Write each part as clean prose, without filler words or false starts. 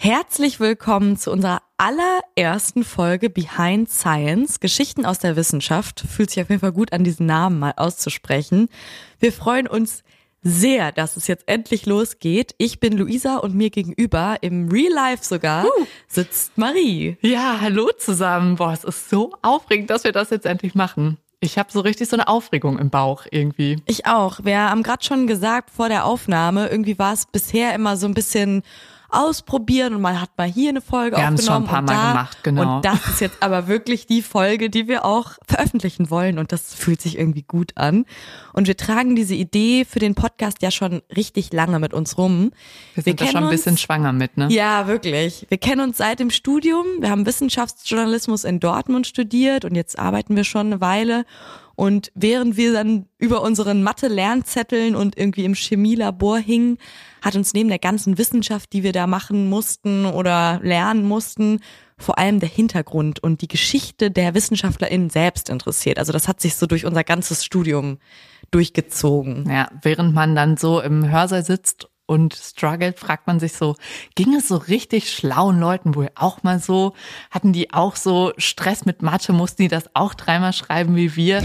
Herzlich willkommen zu unserer allerersten Folge Behind Science, Geschichten aus der Wissenschaft. Fühlt sich auf jeden Fall gut an, diesen Namen mal auszusprechen. Wir freuen uns sehr, dass es jetzt endlich losgeht. Ich bin Luisa und mir gegenüber, im Real Life sogar, sitzt Marie. Ja, hallo zusammen. Boah, es ist so aufregend, dass wir das jetzt endlich machen. Ich habe so richtig so eine Aufregung im Bauch irgendwie. Ich auch. Wir haben gerade schon gesagt vor der Aufnahme, irgendwie war es bisher immer so ein bisschen ausprobieren und man hat mal hier eine Folge aufgenommen. Wir haben es schon ein paar Mal gemacht, genau. Und das ist jetzt aber wirklich die Folge, die wir auch veröffentlichen wollen und das fühlt sich irgendwie gut an. Und wir tragen diese Idee für den Podcast ja schon richtig lange mit uns rum. Wir sind da schon ein bisschen schwanger mit, ne? Ja, wirklich. Wir kennen uns seit dem Studium. Wir haben Wissenschaftsjournalismus in Dortmund studiert und jetzt arbeiten wir schon eine Weile. Und während wir dann über unseren Mathe-Lernzetteln und irgendwie im Chemielabor hingen, hat uns neben der ganzen Wissenschaft, die wir da machen mussten oder lernen mussten, vor allem der Hintergrund und die Geschichte der WissenschaftlerInnen selbst interessiert. Also das hat sich so durch unser ganzes Studium durchgezogen. Ja, während man dann so im Hörsaal sitzt und struggelt, fragt man sich so, ging es so richtig schlauen Leuten wohl auch mal so? Hatten die auch so Stress mit Mathe? Mussten die das auch dreimal schreiben wie wir?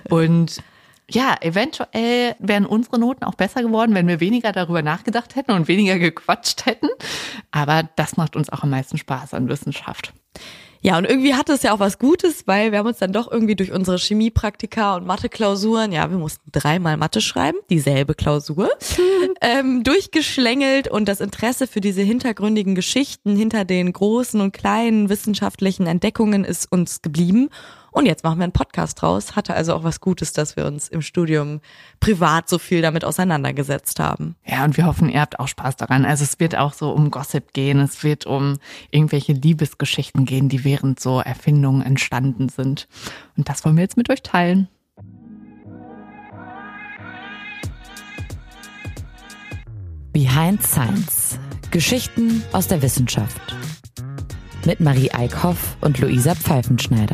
Und ja, eventuell wären unsere Noten auch besser geworden, wenn wir weniger darüber nachgedacht hätten und weniger gequatscht hätten. Aber das macht uns auch am meisten Spaß an Wissenschaft. Ja, und irgendwie hatte es ja auch was Gutes, weil wir haben uns dann doch irgendwie durch unsere Chemiepraktika und Mathe-Klausuren, ja, wir mussten 3-mal Mathe schreiben, dieselbe Klausur, durchgeschlängelt und das Interesse für diese hintergründigen Geschichten hinter den großen und kleinen wissenschaftlichen Entdeckungen ist uns geblieben. Und jetzt machen wir einen Podcast draus. Hatte also auch was Gutes, dass wir uns im Studium privat so viel damit auseinandergesetzt haben. Ja, und wir hoffen, ihr habt auch Spaß daran. Also es wird auch so um Gossip gehen. Es wird um irgendwelche Liebesgeschichten gehen, die während so Erfindungen entstanden sind. Und das wollen wir jetzt mit euch teilen. Behind Science. Geschichten aus der Wissenschaft. Mit Marie Eickhoff und Luisa Pfeifenschneider.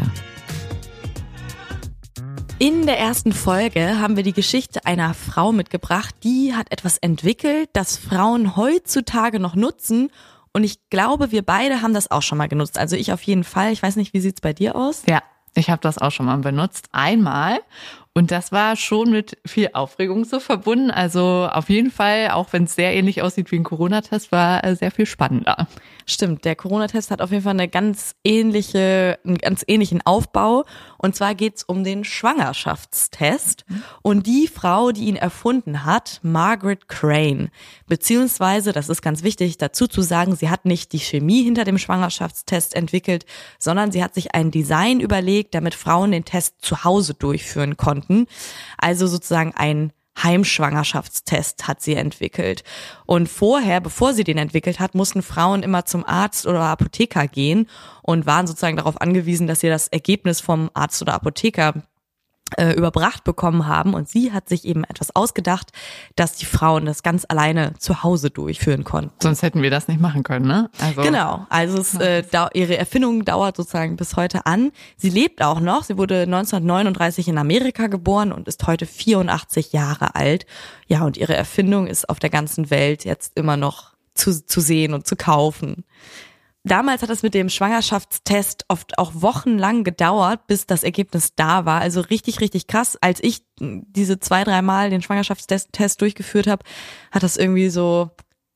In der ersten Folge haben wir die Geschichte einer Frau mitgebracht, die hat etwas entwickelt, das Frauen heutzutage noch nutzen. Und ich glaube, wir beide haben das auch schon mal genutzt. Also ich auf jeden Fall. Ich weiß nicht, wie sieht's bei dir aus? Ja, ich habe das auch schon mal benutzt. Einmal. Und das war schon mit viel Aufregung so verbunden. Also auf jeden Fall, auch wenn es sehr ähnlich aussieht wie ein Corona-Test, war sehr viel spannender. Stimmt, der Corona-Test hat auf jeden Fall einen ganz ähnlichen Aufbau. Und zwar geht's um den Schwangerschaftstest. Und die Frau, die ihn erfunden hat, Margaret Crane. Beziehungsweise, das ist ganz wichtig dazu zu sagen, sie hat nicht die Chemie hinter dem Schwangerschaftstest entwickelt, sondern sie hat sich ein Design überlegt, damit Frauen den Test zu Hause durchführen konnten. Also sozusagen ein Heimschwangerschaftstest hat sie entwickelt. Und vorher, bevor sie den entwickelt hat, mussten Frauen immer zum Arzt oder Apotheker gehen und waren sozusagen darauf angewiesen, dass sie das Ergebnis vom Arzt oder Apotheker überbracht bekommen haben. Und sie hat sich eben etwas ausgedacht, dass die Frauen das ganz alleine zu Hause durchführen konnten. Sonst hätten wir das nicht machen können, ne? Genau, also ihre Erfindung dauert sozusagen bis heute an. Sie lebt auch noch. Sie wurde 1939 in Amerika geboren und ist heute 84 Jahre alt. Ja, und ihre Erfindung ist auf der ganzen Welt jetzt immer noch zu sehen und zu kaufen. Damals hat es mit dem Schwangerschaftstest oft auch wochenlang gedauert, bis das Ergebnis da war. Also richtig, richtig krass. Als ich diese 2-3 Mal den Schwangerschaftstest durchgeführt habe, hat das irgendwie so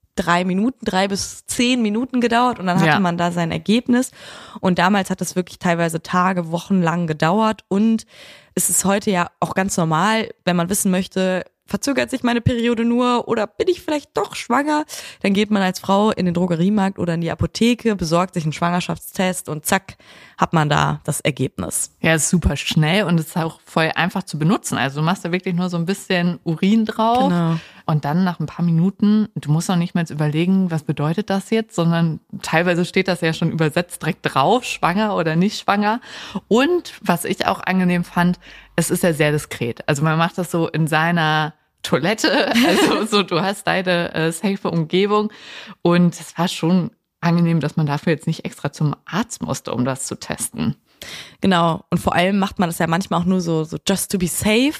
3 bis 10 Minuten gedauert und dann hatte man da sein Ergebnis. Und damals hat es wirklich teilweise Tage, Wochen lang gedauert. Und es ist heute ja auch ganz normal, wenn man wissen möchte, verzögert sich meine Periode nur oder bin ich vielleicht doch schwanger? Dann geht man als Frau in den Drogeriemarkt oder in die Apotheke, besorgt sich einen Schwangerschaftstest und zack, hat man da das Ergebnis. Ja, ist super schnell und ist auch voll einfach zu benutzen. Also du machst da wirklich nur so ein bisschen Urin drauf. Genau. Und dann nach ein paar Minuten, du musst noch nicht mal überlegen, was bedeutet das jetzt, sondern teilweise steht das ja schon übersetzt direkt drauf, schwanger oder nicht schwanger. Und was ich auch angenehm fand, es ist ja sehr diskret. Also man macht das so in seiner Toilette, also so, du hast deine safe Umgebung und es war schon angenehm, dass man dafür jetzt nicht extra zum Arzt musste, um das zu testen. Genau, und vor allem macht man das ja manchmal auch nur so just to be safe.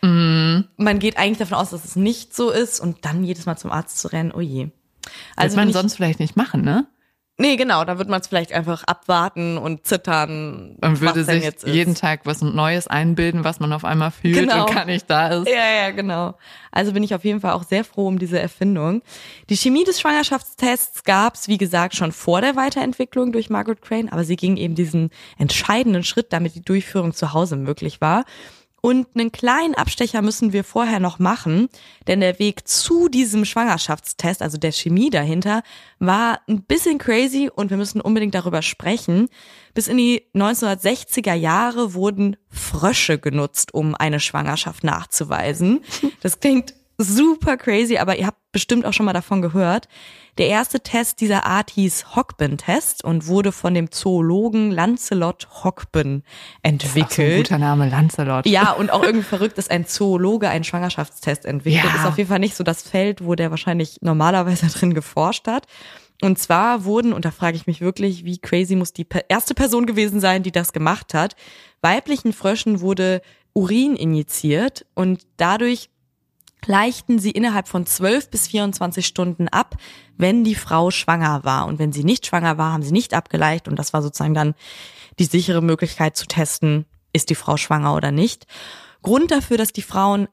Man geht eigentlich davon aus, dass es nicht so ist und dann jedes Mal zum Arzt zu rennen, oh je. Also man sonst vielleicht nicht machen, ne? Nee, genau, da wird man es vielleicht einfach abwarten und zittern. Man würde was denn sich jetzt ist. jeden Tag was Neues einbilden, was man auf einmal fühlt Genau. und gar nicht da ist. Ja, genau. Also bin ich auf jeden Fall auch sehr froh um diese Erfindung. Die Chemie des Schwangerschaftstests gab es, wie gesagt, schon vor der Weiterentwicklung durch Margaret Crane, aber sie ging eben diesen entscheidenden Schritt, damit die Durchführung zu Hause möglich war. Und einen kleinen Abstecher müssen wir vorher noch machen, denn der Weg zu diesem Schwangerschaftstest, also der Chemie dahinter, war ein bisschen crazy und wir müssen unbedingt darüber sprechen. Bis in die 1960er Jahre wurden Frösche genutzt, um eine Schwangerschaft nachzuweisen. Das klingt super crazy, aber ihr habt bestimmt auch schon mal davon gehört. Der erste Test dieser Art hieß Hogbin-Test und wurde von dem Zoologen Lancelot Hogben entwickelt. Das ist ein guter Name, Lancelot. Ja, und auch irgendwie verrückt, dass ein Zoologe einen Schwangerschaftstest entwickelt. Ja. Ist auf jeden Fall nicht so das Feld, wo der wahrscheinlich normalerweise drin geforscht hat. Und zwar wurden, und da frage ich mich wirklich, wie crazy muss die erste Person gewesen sein, die das gemacht hat, weiblichen Fröschen wurde Urin injiziert und dadurch gleichten sie innerhalb von 12 bis 24 Stunden ab, wenn die Frau schwanger war. Und wenn sie nicht schwanger war, haben sie nicht abgeleicht. Und das war sozusagen dann die sichere Möglichkeit zu testen, ist die Frau schwanger oder nicht. Grund dafür, dass die Frösche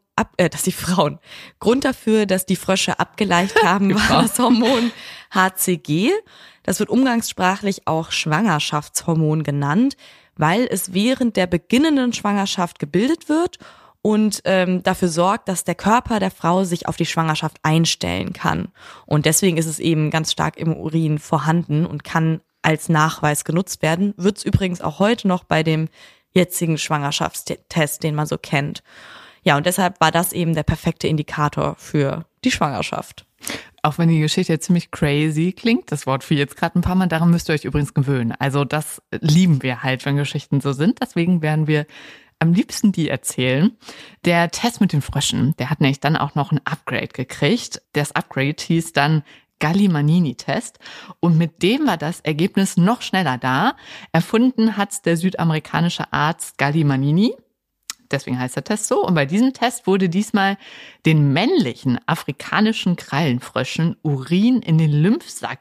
abgeleicht haben, war das Hormon HCG. Das wird umgangssprachlich auch Schwangerschaftshormon genannt, weil es während der beginnenden Schwangerschaft gebildet wird und dafür sorgt, dass der Körper der Frau sich auf die Schwangerschaft einstellen kann. Und deswegen ist es eben ganz stark im Urin vorhanden und kann als Nachweis genutzt werden. Wird es übrigens auch heute noch bei dem jetzigen Schwangerschaftstest, den man so kennt. Ja, und deshalb war das eben der perfekte Indikator für die Schwangerschaft. Auch wenn die Geschichte jetzt ziemlich crazy klingt, das Wort fiel jetzt gerade ein paar Mal, daran müsst ihr euch übrigens gewöhnen. Also das lieben wir halt, wenn Geschichten so sind. Deswegen werden wir am liebsten die erzählen. Der Test mit den Fröschen, der hat nämlich dann auch noch ein Upgrade gekriegt. Das Upgrade hieß dann Galli-Manini-Test und mit dem war das Ergebnis noch schneller da. Erfunden hat's der südamerikanische Arzt Galli-Manini. Deswegen heißt der Test so. Und bei diesem Test wurde diesmal den männlichen afrikanischen Krallenfröschen Urin in den Lymphsack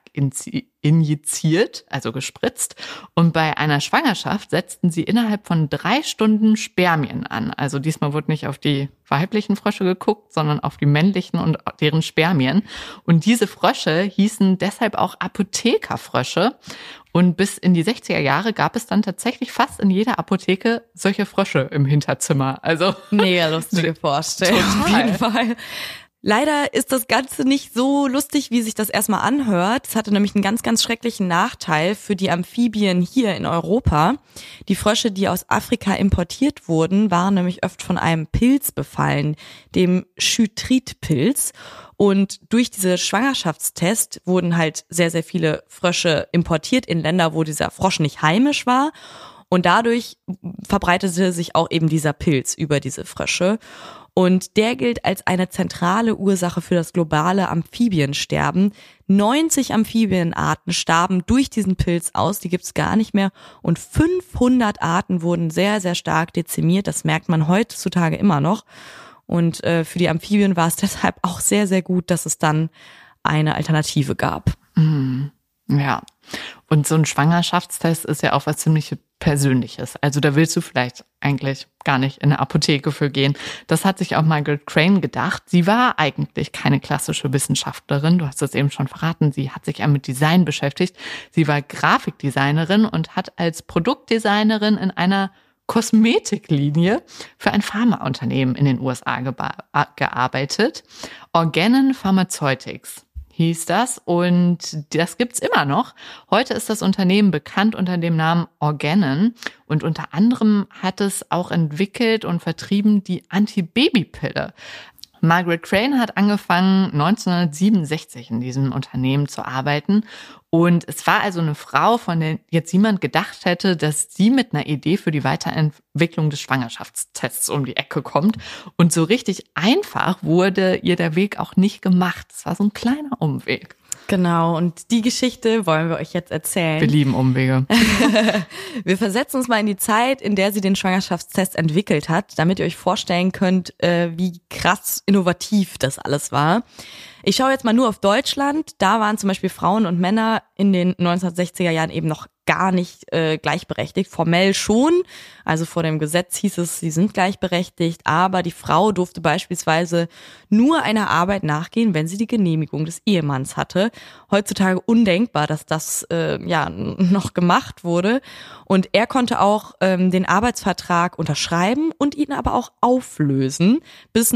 injiziert, also gespritzt. Und bei einer Schwangerschaft setzten sie innerhalb von 3 Stunden Spermien an. Also diesmal wurde nicht auf die weiblichen Frösche geguckt, sondern auf die männlichen und deren Spermien. Und diese Frösche hießen deshalb auch Apothekerfrösche. Und bis in die 60er Jahre gab es dann tatsächlich fast in jeder Apotheke solche Frösche im Hinterzimmer. Also mega lustige Vorstellung. Auf jeden Fall. Leider ist das Ganze nicht so lustig, wie sich das erstmal anhört. Es hatte nämlich einen ganz, ganz schrecklichen Nachteil für die Amphibien hier in Europa. Die Frösche, die aus Afrika importiert wurden, waren nämlich oft von einem Pilz befallen, dem Chytrid-Pilz. Und durch diese Schwangerschaftstest wurden halt sehr, sehr viele Frösche importiert in Länder, wo dieser Frosch nicht heimisch war. Und dadurch verbreitete sich auch eben dieser Pilz über diese Frösche. Und der gilt als eine zentrale Ursache für das globale Amphibiensterben. 90 Amphibienarten starben durch diesen Pilz aus, die gibt's gar nicht mehr. Und 500 Arten wurden sehr, sehr stark dezimiert. Das merkt man heutzutage immer noch. Und für die Amphibien war es deshalb auch sehr, sehr gut, dass es dann eine Alternative gab. Ja, und so ein Schwangerschaftstest ist ja auch was ziemlich Persönliches. Also da willst du vielleicht eigentlich gar nicht in eine Apotheke für gehen. Das hat sich auch Margaret Crane gedacht. Sie war eigentlich keine klassische Wissenschaftlerin. Du hast es eben schon verraten. Sie hat sich ja mit Design beschäftigt. Sie war Grafikdesignerin und hat als Produktdesignerin in einer Kosmetiklinie für ein Pharmaunternehmen in den USA gearbeitet. Organon Pharmaceutics hieß das und das gibt's immer noch. Heute ist das Unternehmen bekannt unter dem Namen Organon und unter anderem hat es auch entwickelt und vertrieben die Antibabypille. Margaret Crane hat angefangen 1967 in diesem Unternehmen zu arbeiten und es war also eine Frau, von der jetzt niemand gedacht hätte, dass sie mit einer Idee für die Weiterentwicklung des Schwangerschaftstests um die Ecke kommt. Und so richtig einfach wurde ihr der Weg auch nicht gemacht. Es war so ein kleiner Umweg. Genau, und die Geschichte wollen wir euch jetzt erzählen. Wir lieben Umwege. Wir versetzen uns mal in die Zeit, in der sie den Schwangerschaftstest entwickelt hat, damit ihr euch vorstellen könnt, wie krass innovativ das alles war. Ich schaue jetzt mal nur auf Deutschland. Da waren zum Beispiel Frauen und Männer in den 1960er Jahren eben noch gar nicht gleichberechtigt. Formell schon, also vor dem Gesetz hieß es, sie sind gleichberechtigt, aber die Frau durfte beispielsweise nur einer Arbeit nachgehen, wenn sie die Genehmigung des Ehemanns hatte. Heutzutage undenkbar, dass das noch gemacht wurde. Und er konnte auch den Arbeitsvertrag unterschreiben und ihn aber auch auflösen. Bis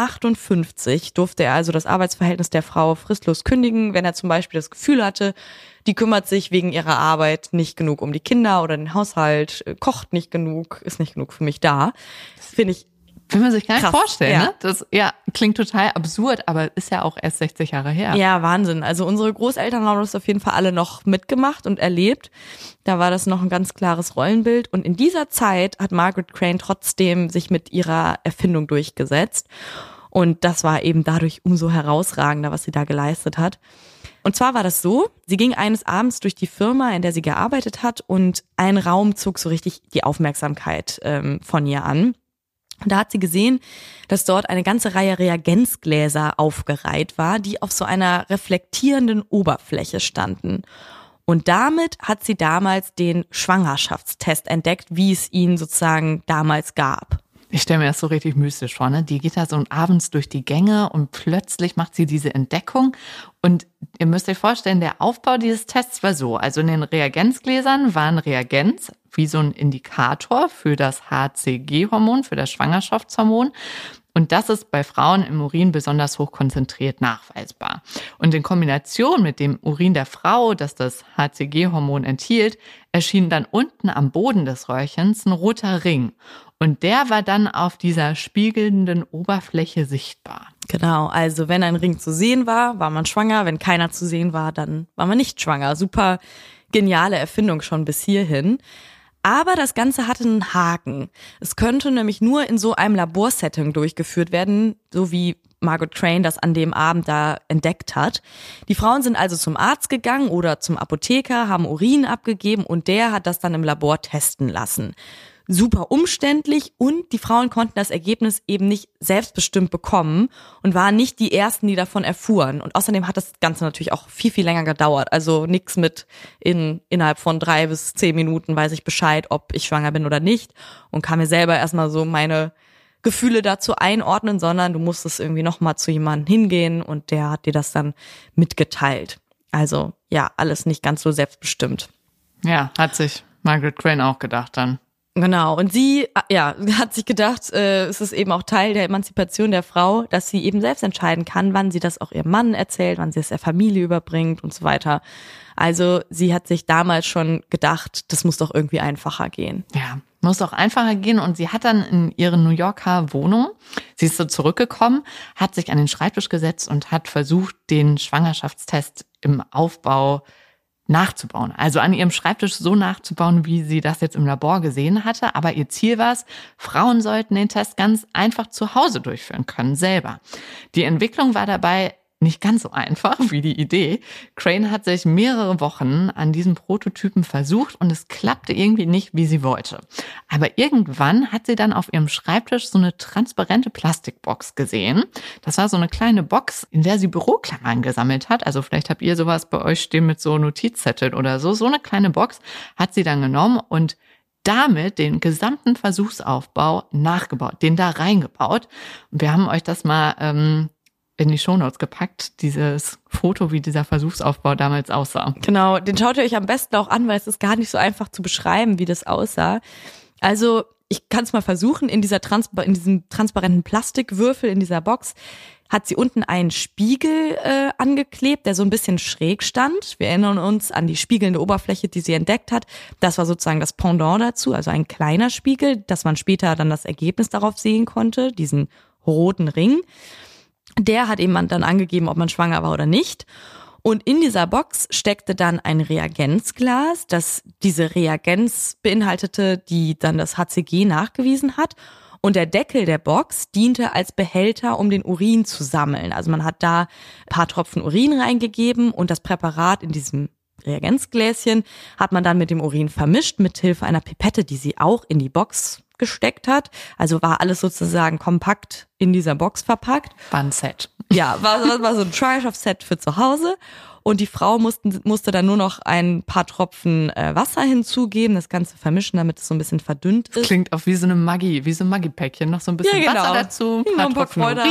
1958 durfte er also das Arbeitsverhältnis der Frau fristlos kündigen, wenn er zum Beispiel das Gefühl hatte, die kümmert sich wegen ihrer Arbeit nicht genug um die Kinder oder den Haushalt, kocht nicht genug, ist nicht genug für mich da. Das finde ich will man sich gar nicht krass, vorstellen, ja. ne? Das klingt total absurd, aber ist ja auch erst 60 Jahre her. Ja, Wahnsinn. Also unsere Großeltern haben das auf jeden Fall alle noch mitgemacht und erlebt. Da war das noch ein ganz klares Rollenbild. Und in dieser Zeit hat Margaret Crane trotzdem sich mit ihrer Erfindung durchgesetzt. Und das war eben dadurch umso herausragender, was sie da geleistet hat. Und zwar war das so, sie ging eines Abends durch die Firma, in der sie gearbeitet hat, und ein Raum zog so richtig die Aufmerksamkeit von ihr an. Und da hat sie gesehen, dass dort eine ganze Reihe Reagenzgläser aufgereiht war, die auf so einer reflektierenden Oberfläche standen. Und damit hat sie damals den Schwangerschaftstest entdeckt, wie es ihn sozusagen damals gab. Ich stelle mir das so richtig mystisch vor, ne? Die geht da so abends durch die Gänge und plötzlich macht sie diese Entdeckung. Und ihr müsst euch vorstellen, der Aufbau dieses Tests war so. Also in den Reagenzgläsern waren Reagenz wie so ein Indikator für das HCG-Hormon, für das Schwangerschaftshormon. Und das ist bei Frauen im Urin besonders hoch konzentriert nachweisbar. Und in Kombination mit dem Urin der Frau, das das HCG-Hormon enthielt, erschien dann unten am Boden des Röhrchens ein roter Ring. Und der war dann auf dieser spiegelnden Oberfläche sichtbar. Genau, also wenn ein Ring zu sehen war, war man schwanger. Wenn keiner zu sehen war, dann war man nicht schwanger. Super geniale Erfindung schon bis hierhin. Aber das Ganze hatte einen Haken. Es könnte nämlich nur in so einem Laborsetting durchgeführt werden, so wie Margaret Crane das an dem Abend da entdeckt hat. Die Frauen sind also zum Arzt gegangen oder zum Apotheker, haben Urin abgegeben und der hat das dann im Labor testen lassen. Super umständlich und die Frauen konnten das Ergebnis eben nicht selbstbestimmt bekommen und waren nicht die Ersten, die davon erfuhren. Und außerdem hat das Ganze natürlich auch viel, viel länger gedauert. Also nichts mit innerhalb von 3 bis 10 Minuten weiß ich Bescheid, ob ich schwanger bin oder nicht, und kann mir selber erstmal so meine Gefühle dazu einordnen, sondern du musstest irgendwie nochmal zu jemandem hingehen und der hat dir das dann mitgeteilt. Also ja, alles nicht ganz so selbstbestimmt. Ja, hat sich Margaret Crane auch gedacht dann. Genau, und sie hat sich gedacht, es ist eben auch Teil der Emanzipation der Frau, dass sie eben selbst entscheiden kann, wann sie das auch ihrem Mann erzählt, wann sie es der Familie überbringt und so weiter. Also sie hat sich damals schon gedacht, das muss doch irgendwie einfacher gehen. Ja, muss doch einfacher gehen. Und sie hat dann in ihre New Yorker Wohnung, sie ist so zurückgekommen, hat sich an den Schreibtisch gesetzt und hat versucht, den Schwangerschaftstest im Aufbau nachzubauen. Also an ihrem Schreibtisch so nachzubauen, wie sie das jetzt im Labor gesehen hatte. Aber ihr Ziel war es, Frauen sollten den Test ganz einfach zu Hause durchführen können, selber. Die Entwicklung war dabei nicht ganz so einfach wie die Idee. Crane hat sich mehrere Wochen an diesem Prototypen versucht und es klappte irgendwie nicht, wie sie wollte. Aber irgendwann hat sie dann auf ihrem Schreibtisch so eine transparente Plastikbox gesehen. Das war so eine kleine Box, in der sie Büroklammern gesammelt hat. Also vielleicht habt ihr sowas bei euch stehen mit so Notizzetteln oder so. So eine kleine Box hat sie dann genommen und damit den gesamten Versuchsaufbau nachgebaut, den da reingebaut. Und wir haben euch das mal in die Shownotes gepackt, dieses Foto, wie dieser Versuchsaufbau damals aussah. Genau, den schaut ihr euch am besten auch an, weil es ist gar nicht so einfach zu beschreiben, wie das aussah. Also ich kann es mal versuchen, in diesem transparenten Plastikwürfel, in dieser Box, hat sie unten einen Spiegel angeklebt, der so ein bisschen schräg stand. Wir erinnern uns an die spiegelnde Oberfläche, die sie entdeckt hat. Das war sozusagen das Pendant dazu, also ein kleiner Spiegel, dass man später dann das Ergebnis darauf sehen konnte, diesen roten Ring. Der hat eben dann angegeben, ob man schwanger war oder nicht. Und in dieser Box steckte dann ein Reagenzglas, das diese Reagenz beinhaltete, die dann das HCG nachgewiesen hat. Und der Deckel der Box diente als Behälter, um den Urin zu sammeln. Also man hat da ein paar Tropfen Urin reingegeben und das Präparat in diesem Reagenzgläschen hat man dann mit dem Urin vermischt, mit Hilfe einer Pipette, die sie auch in die Box gesteckt hat. Also war alles sozusagen kompakt in dieser Box verpackt. War ein Set. Ja, war so ein Schwangerschaftsset für zu Hause. Und die Frau musste dann nur noch ein paar Tropfen Wasser hinzugeben, das Ganze vermischen, damit es so ein bisschen verdünnt ist. Das klingt auch wie so ein Maggi-Päckchen, noch so ein bisschen Wasser dazu, ein paar Kräuter.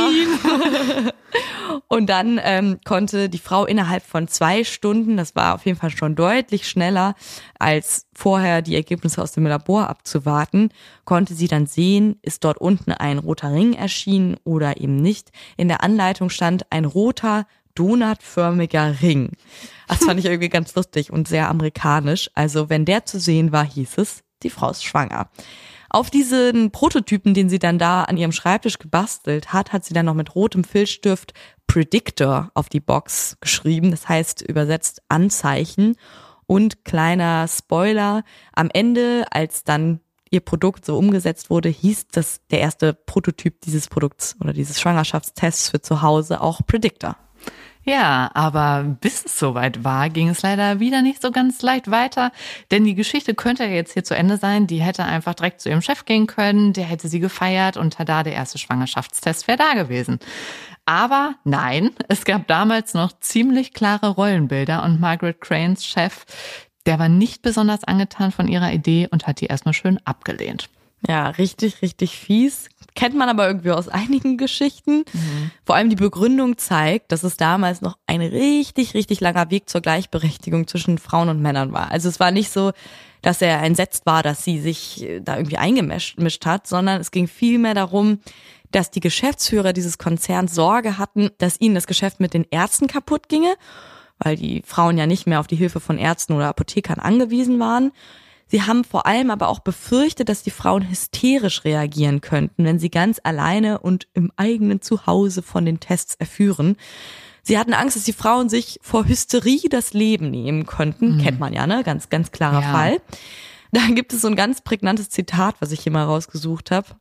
Und dann konnte die Frau innerhalb von 2 Stunden, das war auf jeden Fall schon deutlich schneller, als vorher die Ergebnisse aus dem Labor abzuwarten, konnte sie dann sehen, ist dort unten ein roter Ring erschienen oder eben nicht. In der Anleitung stand ein roter, donutförmiger Ring. Das fand ich irgendwie ganz lustig und sehr amerikanisch. Also wenn der zu sehen war, hieß es, die Frau ist schwanger. Auf diesen Prototypen, den sie dann da an ihrem Schreibtisch gebastelt hat sie dann noch mit rotem Filzstift Predictor auf die Box geschrieben. Das heißt übersetzt Anzeichen. Und kleiner Spoiler, am Ende, als dann ihr Produkt so umgesetzt wurde, hieß das der erste Prototyp dieses Produkts oder dieses Schwangerschaftstests für zu Hause auch Predictor. Ja, aber bis es soweit war, ging es leider wieder nicht so ganz leicht weiter, denn die Geschichte könnte ja jetzt hier zu Ende sein. Die hätte einfach direkt zu ihrem Chef gehen können, der hätte sie gefeiert und tada, der erste Schwangerschaftstest wäre da gewesen. Aber nein, es gab damals noch ziemlich klare Rollenbilder und Margaret Cranes Chef, der war nicht besonders angetan von ihrer Idee und hat die erstmal schön abgelehnt. Ja, richtig, richtig fies. Kennt man aber irgendwie aus einigen Geschichten. Vor allem die Begründung zeigt, dass es damals noch ein richtig, richtig langer Weg zur Gleichberechtigung zwischen Frauen und Männern war. Also es war nicht so, dass er entsetzt war, dass sie sich da irgendwie eingemischt hat, sondern es ging vielmehr darum, dass die Geschäftsführer dieses Konzerns Sorge hatten, dass ihnen das Geschäft mit den Ärzten kaputt ginge, weil die Frauen ja nicht mehr auf die Hilfe von Ärzten oder Apothekern angewiesen waren. Sie haben vor allem aber auch befürchtet, dass die Frauen hysterisch reagieren könnten, wenn sie ganz alleine und im eigenen Zuhause von den Tests erführen. Sie hatten Angst, dass die Frauen sich vor Hysterie das Leben nehmen könnten. Kennt man ja, ne? Ganz, ganz klarer Fall. Da gibt es so ein ganz prägnantes Zitat, was ich hier mal rausgesucht habe,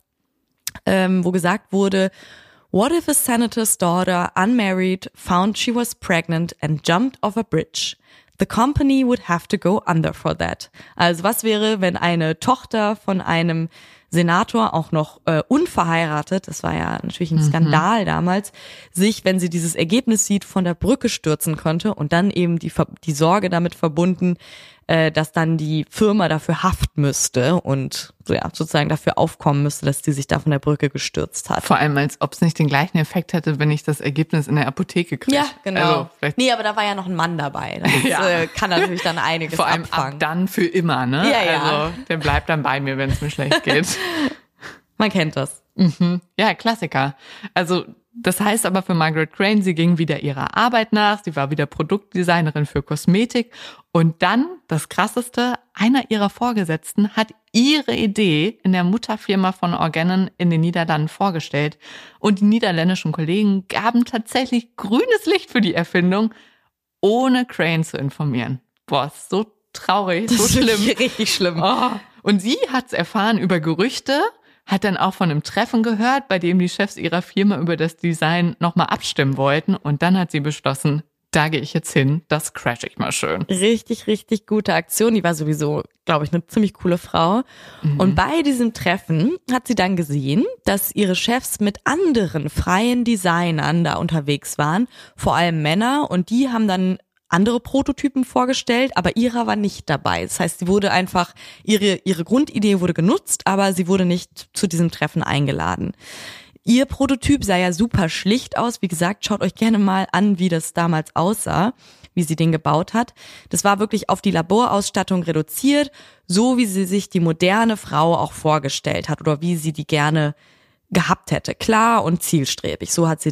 wo gesagt wurde, "What if a senator's daughter, unmarried, found she was pregnant and jumped off a bridge? The company would have to go under for that." Also was wäre, wenn eine Tochter von einem Senator, auch noch unverheiratet, das war ja natürlich ein Skandal damals, sich, wenn sie dieses Ergebnis sieht, von der Brücke stürzen konnte und dann eben die Sorge damit verbunden, dass dann die Firma dafür haften müsste und so ja sozusagen dafür aufkommen müsste, dass die sich da von der Brücke gestürzt hat. Vor allem, als ob es nicht den gleichen Effekt hätte, wenn ich das Ergebnis in der Apotheke kriege. Ja, genau. Also, nee, aber da war ja noch ein Mann dabei. Das kann natürlich dann einiges vor allem abfangen. Ab dann für immer, ne? Ja. Also der bleibt dann bei mir, wenn es mir schlecht geht. Man kennt das. Ja, Klassiker. Also das heißt aber für Margaret Crane, sie ging wieder ihrer Arbeit nach, sie war wieder Produktdesignerin für Kosmetik und dann, das Krasseste, einer ihrer Vorgesetzten hat ihre Idee in der Mutterfirma von Organon in den Niederlanden vorgestellt und die niederländischen Kollegen gaben tatsächlich grünes Licht für die Erfindung, ohne Crane zu informieren. Boah, ist so traurig, so schlimm. Das ist richtig schlimm. Oh. Und sie hat's erfahren über Gerüchte, hat dann auch von einem Treffen gehört, bei dem die Chefs ihrer Firma über das Design nochmal abstimmen wollten. Und dann hat sie beschlossen, da gehe ich jetzt hin, das crash ich mal schön. Richtig, richtig gute Aktion. Die war sowieso, glaube ich, eine ziemlich coole Frau. Und bei diesem Treffen hat sie dann gesehen, dass ihre Chefs mit anderen freien Designern da unterwegs waren, vor allem Männer. Und die haben dann andere Prototypen vorgestellt, aber ihrer war nicht dabei. Das heißt, sie wurde einfach, ihre Grundidee wurde genutzt, aber sie wurde nicht zu diesem Treffen eingeladen. Ihr Prototyp sah ja super schlicht aus. Wie gesagt, schaut euch gerne mal an, wie das damals aussah, wie sie den gebaut hat. Das war wirklich auf die Laborausstattung reduziert, so wie sie sich die moderne Frau auch vorgestellt hat oder wie sie die gerne gehabt hätte. Klar und zielstrebig. So hat sie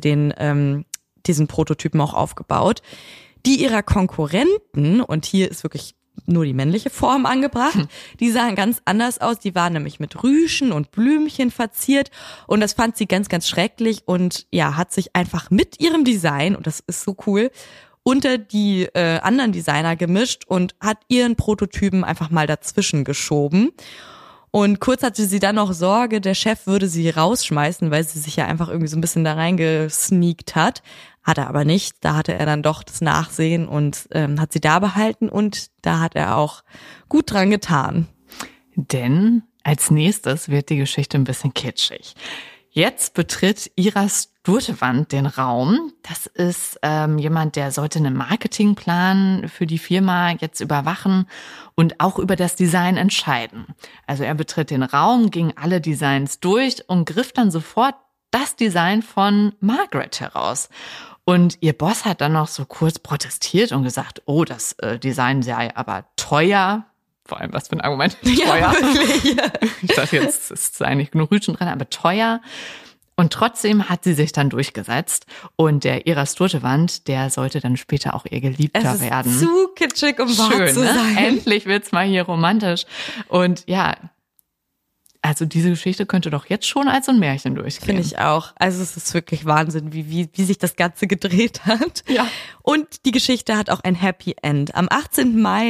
diesen Prototypen auch aufgebaut. Die ihrer Konkurrenten, und hier ist wirklich nur die männliche Form angebracht, die sahen ganz anders aus. Die waren nämlich mit Rüschen und Blümchen verziert und das fand sie ganz, ganz schrecklich und ja, hat sich einfach mit ihrem Design, und das ist so cool, unter die anderen Designer gemischt und hat ihren Prototypen einfach mal dazwischen geschoben. Und kurz hatte sie dann noch Sorge, der Chef würde sie rausschmeißen, weil sie sich ja einfach irgendwie so ein bisschen da reingesneakt hat. Hat er aber nicht. Da hatte er dann doch das Nachsehen und hat sie da behalten und da hat er auch gut dran getan. Denn als nächstes wird die Geschichte ein bisschen kitschig. Jetzt betritt Ira Sturtevant den Raum. Das ist jemand, der sollte einen Marketingplan für die Firma jetzt überwachen und auch über das Design entscheiden. Also er betritt den Raum, ging alle Designs durch und griff dann sofort das Design von Margaret heraus. Und ihr Boss hat dann noch so kurz protestiert und gesagt, oh, das Design sei aber teuer. Vor allem, was für ein Argument. Teuer. Ja, wirklich. Ich dachte, jetzt ist eigentlich genug Rütchen dran, aber teuer. Und trotzdem hat sie sich dann durchgesetzt. Und der Ira Sturtevant, der sollte dann später auch ihr Geliebter werden. Es ist zu kitschig, um wahr Schön, zu sein. Ne? Endlich wird's mal hier romantisch. Und ja, also diese Geschichte könnte doch jetzt schon als so ein Märchen durchgehen. Finde ich auch. Also es ist wirklich Wahnsinn, wie sich das Ganze gedreht hat. Ja. Und die Geschichte hat auch ein Happy End. Am 18. Mai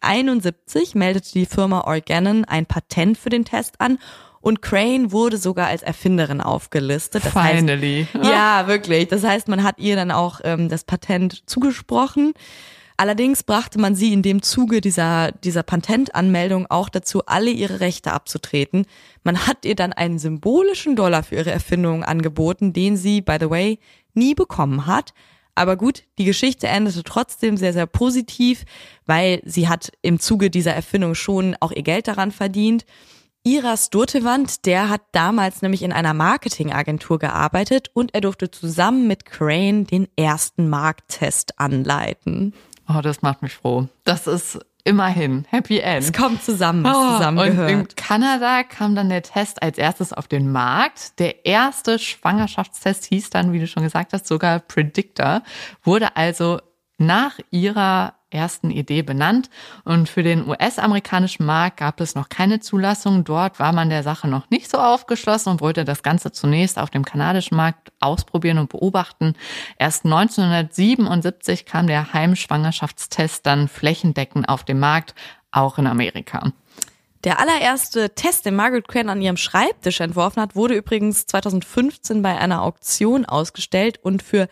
1971 meldete die Firma Organon ein Patent für den Test an und Crane wurde sogar als Erfinderin aufgelistet. Das Finally. Heißt, ja, wirklich. Das heißt, man hat ihr dann auch das Patent zugesprochen. Allerdings brachte man sie in dem Zuge dieser Patentanmeldung auch dazu, alle ihre Rechte abzutreten. Man hat ihr dann einen symbolischen $1 für ihre Erfindung angeboten, den sie, by the way, nie bekommen hat. Aber gut, die Geschichte endete trotzdem sehr, sehr positiv, weil sie hat im Zuge dieser Erfindung schon auch ihr Geld daran verdient. Ira Sturtevant, der hat damals nämlich in einer Marketingagentur gearbeitet und er durfte zusammen mit Crane den ersten Markttest anleiten. Oh, das macht mich froh. Das ist immerhin Happy End. Es kommt zusammen, was zusammengehört. Und in Kanada kam dann der Test als erstes auf den Markt. Der erste Schwangerschaftstest hieß dann, wie du schon gesagt hast, sogar Predictor, wurde also nach ihrer ersten Idee benannt. Und für den US-amerikanischen Markt gab es noch keine Zulassung. Dort war man der Sache noch nicht so aufgeschlossen und wollte das Ganze zunächst auf dem kanadischen Markt ausprobieren und beobachten. Erst 1977 kam der Heimschwangerschaftstest dann flächendeckend auf den Markt, auch in Amerika. Der allererste Test, den Margaret Crane an ihrem Schreibtisch entworfen hat, wurde übrigens 2015 bei einer Auktion ausgestellt und für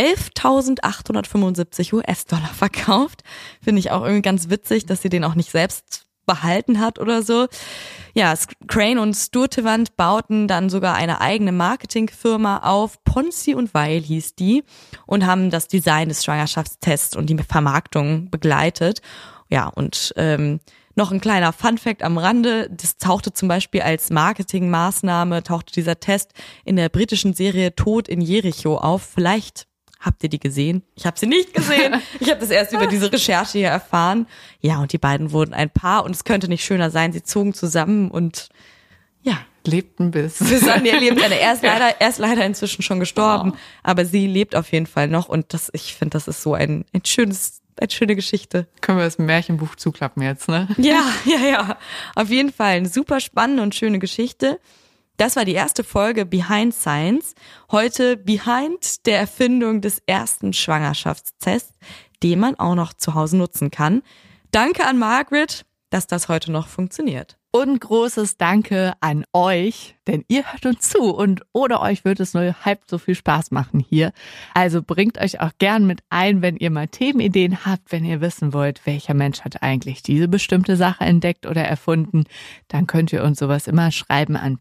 $11.875 US verkauft. Finde ich auch irgendwie ganz witzig, dass sie den auch nicht selbst behalten hat oder so. Ja, Crane und Sturtevant bauten dann sogar eine eigene Marketingfirma auf. Ponzi & Weil hieß die und haben das Design des Schwangerschaftstests und die Vermarktung begleitet. Ja, und noch ein kleiner Funfact am Rande, das tauchte zum Beispiel als Marketingmaßnahme, tauchte dieser Test in der britischen Serie Tod in Jericho auf. Vielleicht habt ihr die gesehen? Ich habe sie nicht gesehen. Ich habe das erst über diese Recherche hier erfahren. Ja, und die beiden wurden ein Paar und es könnte nicht schöner sein. Sie zogen zusammen und ja, lebten bis. Ihr lebt er ist leider inzwischen schon gestorben, aber sie lebt auf jeden Fall noch und ich finde, das ist so eine schöne Geschichte. Können wir das Märchenbuch zuklappen jetzt, ne? Ja. Auf jeden Fall eine super spannende und schöne Geschichte. Das war die erste Folge Behind Science. Heute Behind der Erfindung des ersten Schwangerschaftstests, den man auch noch zu Hause nutzen kann. Danke an Margaret, dass das heute noch funktioniert. Und großes Danke an euch, denn ihr hört uns zu und ohne euch wird es nur halb so viel Spaß machen hier. Also bringt euch auch gern mit ein, wenn ihr mal Themenideen habt, wenn ihr wissen wollt, welcher Mensch hat eigentlich diese bestimmte Sache entdeckt oder erfunden, dann könnt ihr uns sowas immer schreiben an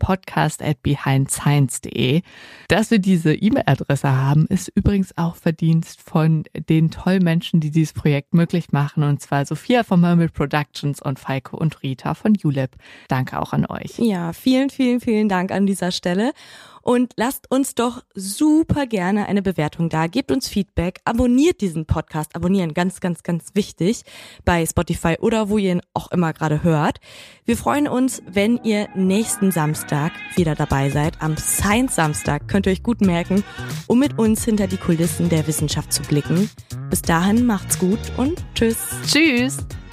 podcast@behindscience.de. Dass wir diese E-Mail-Adresse haben, ist übrigens auch Verdienst von den tollen Menschen, die dieses Projekt möglich machen, und zwar Sophia von Murmel Productions und Falco und Rita von ULab. Danke auch an euch. Ja, vielen, vielen, vielen Dank an dieser Stelle. Und lasst uns doch super gerne eine Bewertung da. Gebt uns Feedback. Abonniert diesen Podcast. Abonnieren, ganz, ganz, ganz wichtig. Bei Spotify oder wo ihr ihn auch immer gerade hört. Wir freuen uns, wenn ihr nächsten Samstag wieder dabei seid. Am Science Samstag könnt ihr euch gut merken, um mit uns hinter die Kulissen der Wissenschaft zu blicken. Bis dahin macht's gut und tschüss. Tschüss.